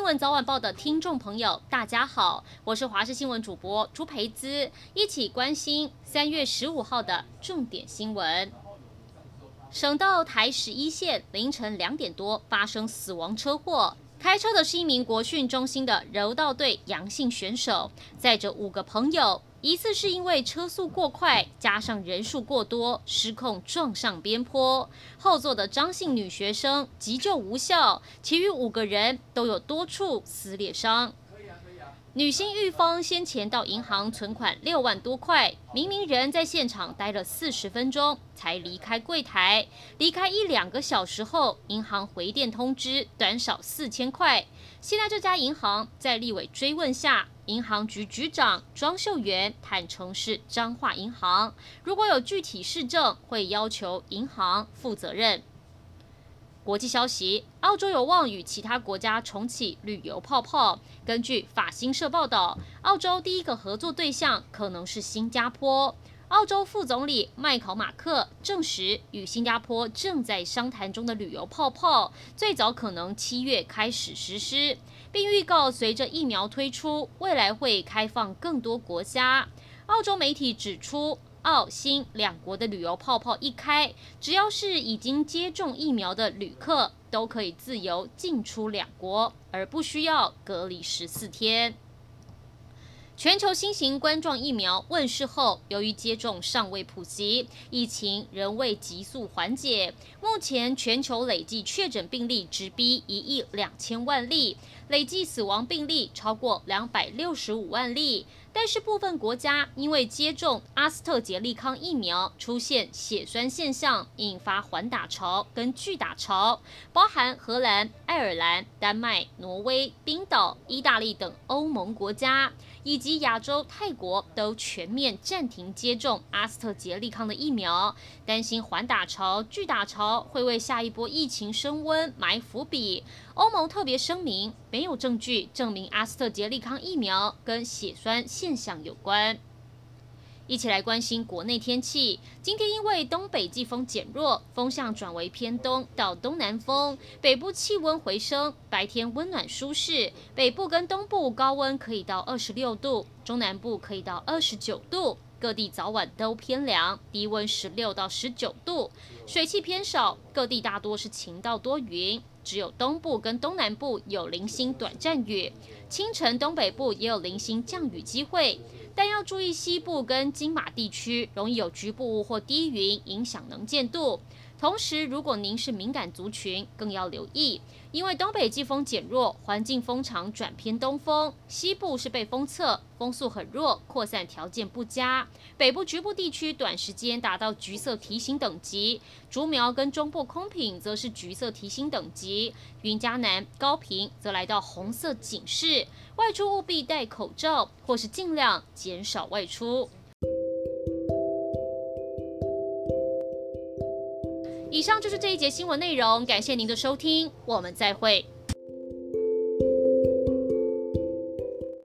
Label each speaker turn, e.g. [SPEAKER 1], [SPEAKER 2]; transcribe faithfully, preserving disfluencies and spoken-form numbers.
[SPEAKER 1] 闻早晚报的听众朋友，大家好，我是华视新闻主播朱培姿，一起关心三月十五号的重点新闻。省道台十一线凌晨两点多发生死亡车祸，开车的是一名国训中心的柔道队杨姓选手，载着五个朋友。疑似是因为车速过快，加上人数过多，失控撞上边坡。后座的张姓女学生急救无效，其余五个人都有多处撕裂伤。女星玉芳先前到银行存款六万多块，明明人在现场待了四十分钟才离开柜台，离开一两个小时后，银行回电通知短少四千块。现在这家银行在立委追问下，银行局局长庄秀元坦承是彰化银行，如果有具体事证，会要求银行负责任。国际消息，澳洲有望与其他国家重启旅游泡泡。根据法新社报道，澳洲第一个合作对象可能是新加坡。澳洲副总理麦考马克证实，与新加坡正在商谈中的旅游泡泡，最早可能七月开始实施，并预告随着疫苗推出，未来会开放更多国家。澳洲媒体指出，澳新两国的旅游泡泡一开，只要是已经接种疫苗的旅客，都可以自由进出两国，而不需要隔离十四天。全球新型冠状疫苗问世后，由于接种尚未普及，疫情仍未急速缓解。目前全球累计确诊病例直逼一亿两千万例，累计死亡病例超过两百六十五万例。但是部分国家因为接种阿斯特捷利康疫苗出现血栓现象，引发缓打潮跟拒打潮，包含荷兰、爱尔兰、丹麦、挪威、冰岛、意大利等欧盟国家，以及亚洲泰国都全面暂停接种阿斯特捷利康的疫苗，担心缓打潮、拒打潮会为下一波疫情升温埋伏笔。欧盟特别声明，没有证据证明阿斯特捷利康疫苗跟血栓现象有关。一起来关心国内天气。今天因为东北季风减弱，风向转为偏东到东南风，北部气温回升，白天温暖舒适，北部跟东部高温可以到二十六度，中南部可以到二十九度。各地早晚都偏凉，低温十六到十九度，水汽偏少，各地大多是晴到多云，只有东部跟东南部有零星短暂雨，清晨东北部也有零星降雨机会，但要注意西部跟金马地区容易有局部雾或低云影响能见度。同时，如果您是敏感族群，更要留意，因为东北季风减弱，环境风场转偏东风，西部是被风侧，风速很弱，扩散条件不佳。北部局部地区短时间达到橘色提醒等级，竹苗跟中部空品则是橘色提醒等级，云嘉南、高屏则来到红色警示，外出务必戴口罩，或是尽量减少外出。以上就是这一节新闻内容，感谢您的收听，我们再会。